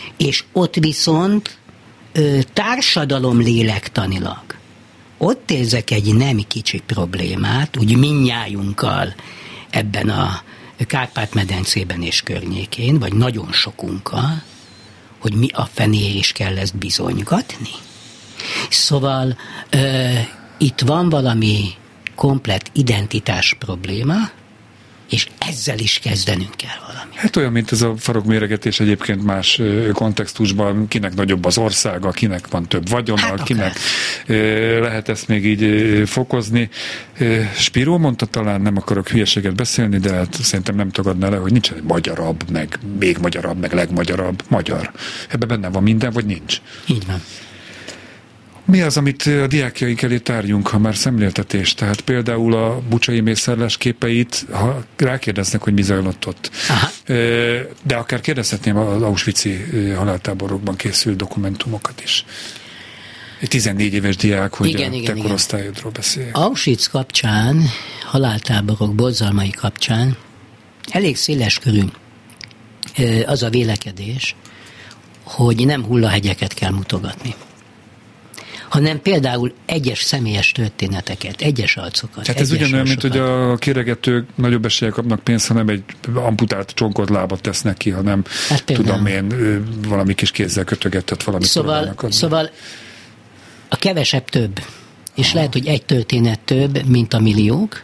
És ott viszont ö, társadalom lélektanilag ott érzek egy nem kicsi problémát, úgy mindnyájunkkal ebben a Kárpát-medencében és környékén, vagy nagyon sokunkkal, hogy mi a fenér is kell ezt bizonygatni. Szóval ö, itt van valami komplett identitás probléma, és ezzel is kezdenünk kell valami. Hát olyan, mint ez a farokméregetés egyébként más kontextusban, kinek nagyobb az országa, kinek van több vagyona, hát kinek lehet ezt még így fokozni. Spiró mondta, talán nem akarok hülyeséget beszélni, de hát szerintem nem tagadná le, hogy nincs egy magyarabb, meg még magyarabb, meg legmagyarabb magyar. Ebben benne van minden, vagy nincs? Így van. Mi az, amit a diákjaink elé tárjunk, ha már szemléltetés? Tehát például a bucsai mészárlás képeit, ha rákérdeznek, hogy mi zajlott ott. Aha. De akár kérdezhetném az auschwitzi haláltáborokban készült dokumentumokat is. Egy tizennégy éves diák, hogy igen, a igen, te korosztályodról beszél. Auschwitz kapcsán, haláltáborok borzalmai kapcsán elég széleskörű az a vélekedés, hogy nem hullahegyeket kell mutogatni, hanem például egyes személyes történeteket, egyes arcokat. Tehát ez ugyanolyan, mint hogy a kéregetők nagyobb eséllyel kapnak pénzt, hanem egy amputált csonkod lábat tesznek ki, hanem hát tudom én, valami kis kézzel kötögetett valamit. Szóval, szóval a kevesebb több. És aha. lehet, hogy egy történet több, mint a milliók.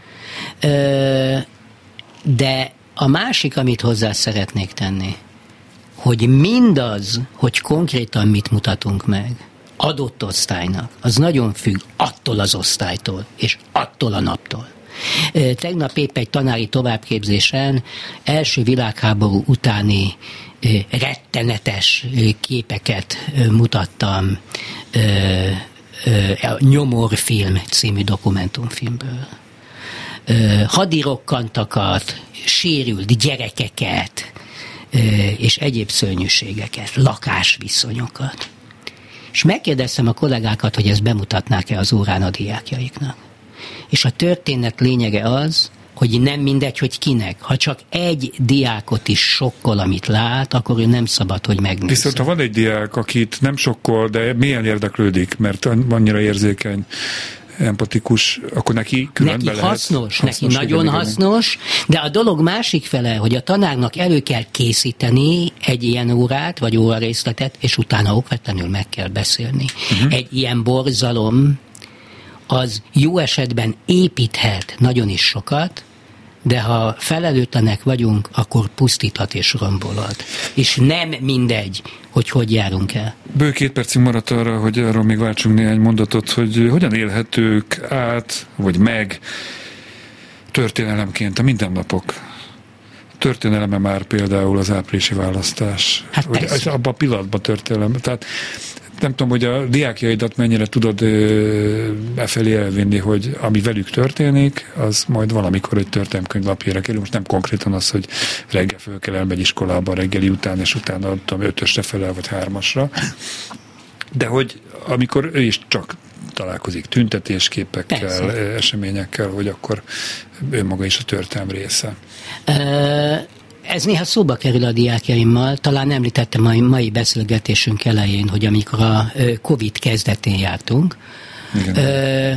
De a másik, amit hozzá szeretnék tenni, hogy mindaz, hogy konkrétan mit mutatunk meg, adott osztálynak, az nagyon függ attól az osztálytól, és attól a naptól. Tegnap épp egy tanári továbbképzésen első világháború utáni rettenetes képeket mutattam a Nyomorfilm című dokumentumfilmből. Hadirokkantakat, sérült gyerekeket, és egyéb szörnyűségeket, lakásviszonyokat. És megkérdeztem a kollégákat, hogy ezt bemutatnák-e az órán a diákjaiknak. És a történet lényege az, hogy nem mindegy, hogy kinek. Ha csak egy diákot is sokkol, amit lát, akkor ő nem szabad, hogy megnézze. Viszont ha van egy diák, akit nem sokkol, de milyen érdeklődik, mert annyira érzékeny, empatikus, akkor neki külön neki be lehet. hasznos, hasznos, neki nagyon igen, hasznos, de a dolog másik fele, hogy a tanárnak elő kell készíteni egy ilyen órát, vagy órarészletet, és utána okvetlenül meg kell beszélni. Uh-huh. Egy ilyen borzalom, az jó esetben építhet nagyon is sokat, de ha felelőtlenek vagyunk, akkor pusztíthat és rombolhat. És nem mindegy, hogy hogy járunk el. Bő két percig maradt arra, hogy arról még váltsunk néhány mondatot, hogy hogyan élhetők át, vagy meg történelemként a mindennapok. Történeleme már például az áprilisi választás. Hát hogy abban a pillanatban történelem. Tehát nem tudom, hogy a diákjaidat mennyire tudod e felé elvinni, hogy ami velük történik, az majd valamikor egy történelemkönyv lapjára kerül. Most nem konkrétan az, hogy reggel föl kell elmegy iskolába reggeli után, és utána tudom, ötösre felel, vagy hármasra. De hogy amikor ő is csak találkozik tüntetésképekkel, persze, eseményekkel, hogy akkor ő maga is a történelem része. Uh... Ez néha szóba kerül a diákjaimmal, talán említettem a mai beszélgetésünk elején, hogy amikor a Covid kezdetén jártunk, ö,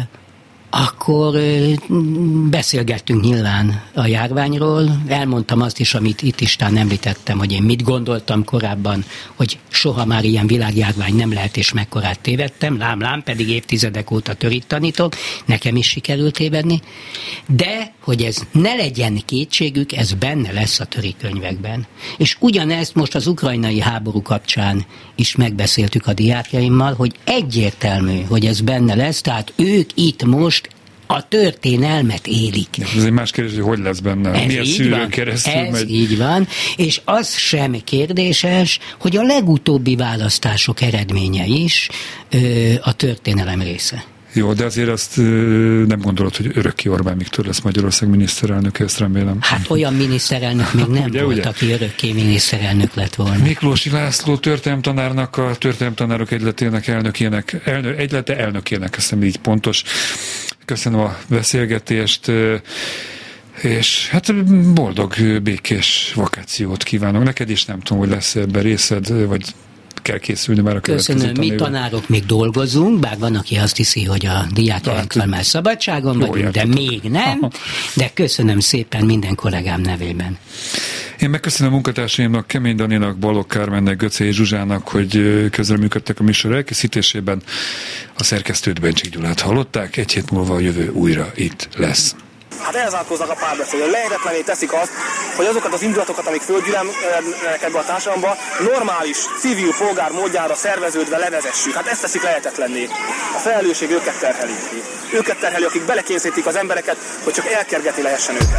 akkor ö, beszélgettünk nyilván a járványról, elmondtam azt is, amit itt Istán említettem, hogy én mit gondoltam korábban, hogy soha már ilyen világjárvány nem lehet, és mekkorát tévedtem, lám-lám, pedig évtizedek óta törít tanítok, nekem is sikerült tévedni, de hogy ez ne legyen kétségük, ez benne lesz a törikönyvekben. És ugyanezt most az ukrajnai háború kapcsán is megbeszéltük a diákjaimmal, hogy egyértelmű, hogy ez benne lesz, tehát ők itt most a történelmet élik. Ez egy más kérdés, hogy hogy lesz benne. Ez milyen szűrőn keresztül ez megy. így van, és az sem kérdéses, hogy a legutóbbi választások eredménye is ö, a történelem része. Jó, de azért azt nem gondolod, hogy örökké Orbán Viktor lesz Magyarország miniszterelnöke, ezt remélem. Hát olyan miniszterelnök még nem ugye, volt, ugye? Aki örökké miniszterelnök lett volna. Miklósi László történelemtanárnak, a történelemtanárok egyletének elnökének, elnök, egylete elnökének, azt hiszem így pontos. Köszönöm a beszélgetést. És hát boldog, békés vakációt kívánok neked is, nem tudom, hogy lesz ebben részed, vagy kell készülni már a következő Köszönöm, mi tanárok még dolgozunk, bár van, aki azt hiszi, hogy a diákjainkkal már szabadságon vagyunk, de még nem, Aha. de köszönöm szépen minden kollégám nevében. Én megköszönöm a munkatársaimnak, Kemény Daninak, Balogh Kármennek, Göcé Zsuzsának, hogy közreműködtek a műsor elkészítésében. A szerkesztőt Bencsik Gyulát hallották, egy hét múlva a jövő újra itt lesz. Hát elzárkóznak a párbeszédről. Lehetetlené teszik azt, hogy azokat az indulatokat, amik földgyűlnek ebbe a társadalomba, normális, civil polgár módjára szerveződve levezessük. Hát ezt teszik lehetetlenné. A felelősség őket terheli. Őket terheli, akik belekényszerítik az embereket, hogy csak elkergetni lehessen őket.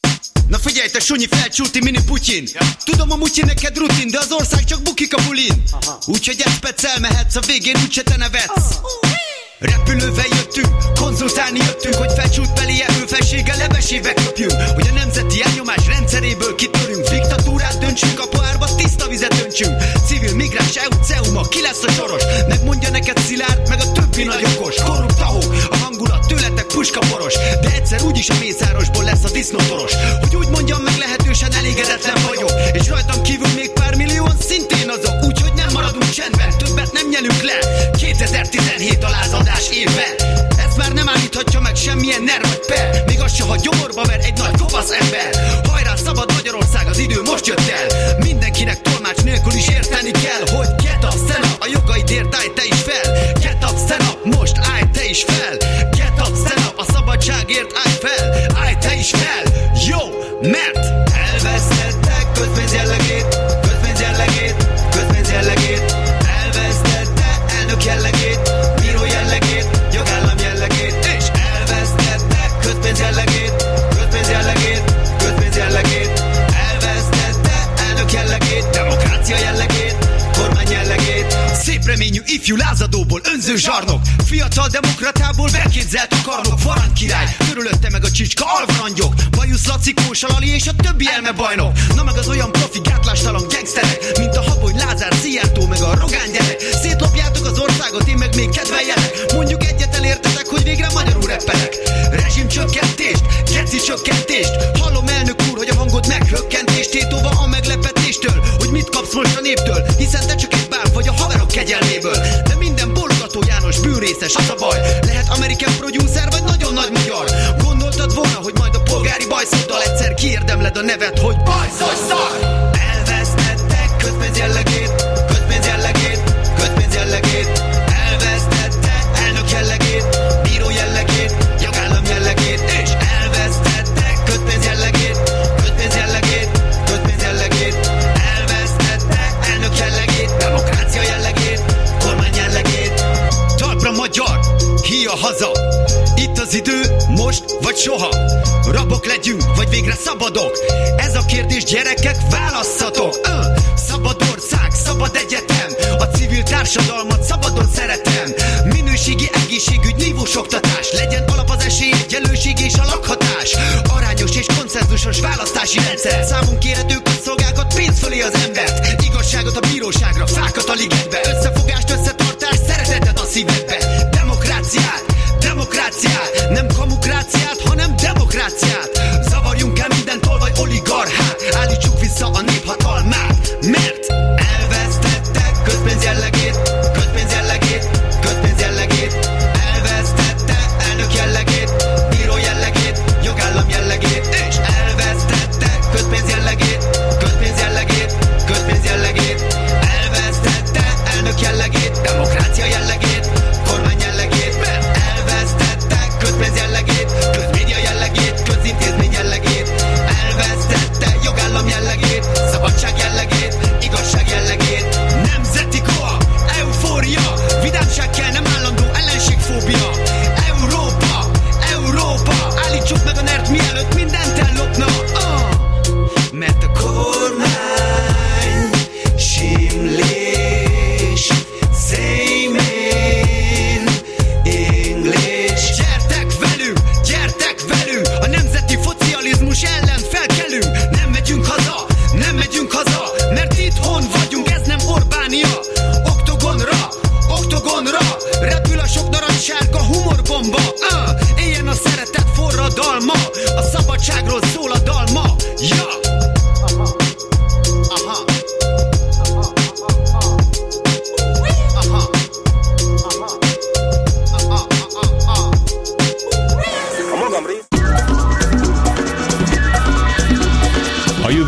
Na figyelj, te sunyi felcsúti mini Putyin, ja. Tudom a mutyi neked rutin, de az ország csak bukik a bulin. Úgyhogy egy elmehetsz, a végén úgyse te nevetsz. oh. Repülővel jöttünk, konzultálni jöttünk, hogy felcsútbeli erőfelséggel levesébe köpjünk, hogy a nemzeti elnyomás rendszeréből kitörünk, diktatúrát döntsünk, a pohárba tiszta vizet öntsünk. Civil, migráns, é u, cé u, ma ki lesz a soros? Megmondja neked Szilárd, meg a többi nagy okos. Korrupt ahók, a hangulat tőletek puskaporos, de egyszer úgyis a mészárosból lesz a disznótoros. Hogy úgy mondjam meg, lehetősen elégedetlen vagyok, és rajtam kívül még pár millióan szintén azok, úgyhogy nem maradunk csendben, többet nem nyelünk le. kétezer-tizenhét a lázadás évvel, ez már nem állíthatja meg semmilyen nerv vagy per, még az se, ha gyomorba ver egy nagy kopasz ember. Hajrá, szabad Magyarország, az idő most jött el, mindenkinek tolmács nélkül is érteni kell, hogy get up, stand up, a jogaidért állj te is fel. Get up, stand up, most állj te is fel. Get up, stand up, a szabadságért állj fel. Állj te is fel, jó, mert elvesztettek közpénz jellegét, közpénz jellegét, közpénz jellegét. Elvesztette elnök jellegét, bíró jellegét, jogállam jellegét, és elvesztette közpénz jellegét, közpénz jellegét, közpénz jellegét. Elvesztette elnök jellegét, demokrácia jellegét, kormány jellegét. Szép reményű ifjú lázadóból önző zsarnok, fiatal demokratából beképzelt a karnok. Varant király, körülötte meg a csicska alvarangyok, Bajusz Laci, Kósa Lali és a többi elmebajnok. Na meg az olyan profi gátlástalan gangsterek, mint a Habony, Lázár, Szijjártó meg a Rogán gyerek. Szétlopjátok az országot, én meg még kedveljelek. Mondjuk egyet elértetek, hogy végre magyarul reppelek. Rezsimcsökkentést, geci csökkentést. Hallom elnök úr, hogy a hangod meghökkentést. Tétóva a meglepetéstől, hogy mit kapsz most a néptől, hiszen te csak egy báb vagy a haverok kegyelméből. De minden bologató János bűnrészes, az a baj. Lehet American producer vagy nagyon nagy magyar. Gondoltad volna, hogy majd a polgári bajszoddal egyszer kiérdemled a nevet, hogy bajszos szar. Elvesztettek közpénz jellegét, közpénz jellegét, közpénz jellegét. Elvesztette elnök jellegét, bíró jellegét, jogállam jellegét, és elvesztette közpénz jellegét, közpénz jellegét, közpénz jellegét. Elvesztette elnök jellegét, demokrácia jellegét, kormány jellegét. Talpra magyar, híja haza, itt az idő, most vagy soha. Rabok legyünk, vagy végre szabadok? Ez a kérdés, gyerekek, válasszatok. uh, Szabad ország, szabad egyetem, a civil társadalmat szabadon szeretem. Minőségi egészségügy, nívós oktatás, legyen alap az esélyegyenlőség és a lakhatás. Arányos és konszenzusos választási rendszer, számunk kérhető közszolgákat, pénz fölé az embert. Igazságot a bíróságra, fákat a ligetbe, összefogást, összetartást, szeretetet a szívedbe. Demokráciát, demokráciát, nem kamukráciát, hanem demokráciát. Zavarjunk el minden tolvaj oligarchát, állítsuk vissza a nép hatalmát, mert elvesztettek közpénz jellegét, közpénz jellegét, közpénz jellegét. Elvesztette elnök jellegét, bíró jellegét, jogállam jellegét, és elvesztette közpénz jellegét, közpénz jellegét, közpénz jellegét. Elvesztette elnök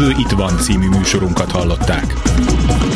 Jövő itt van című műsorunkat hallották.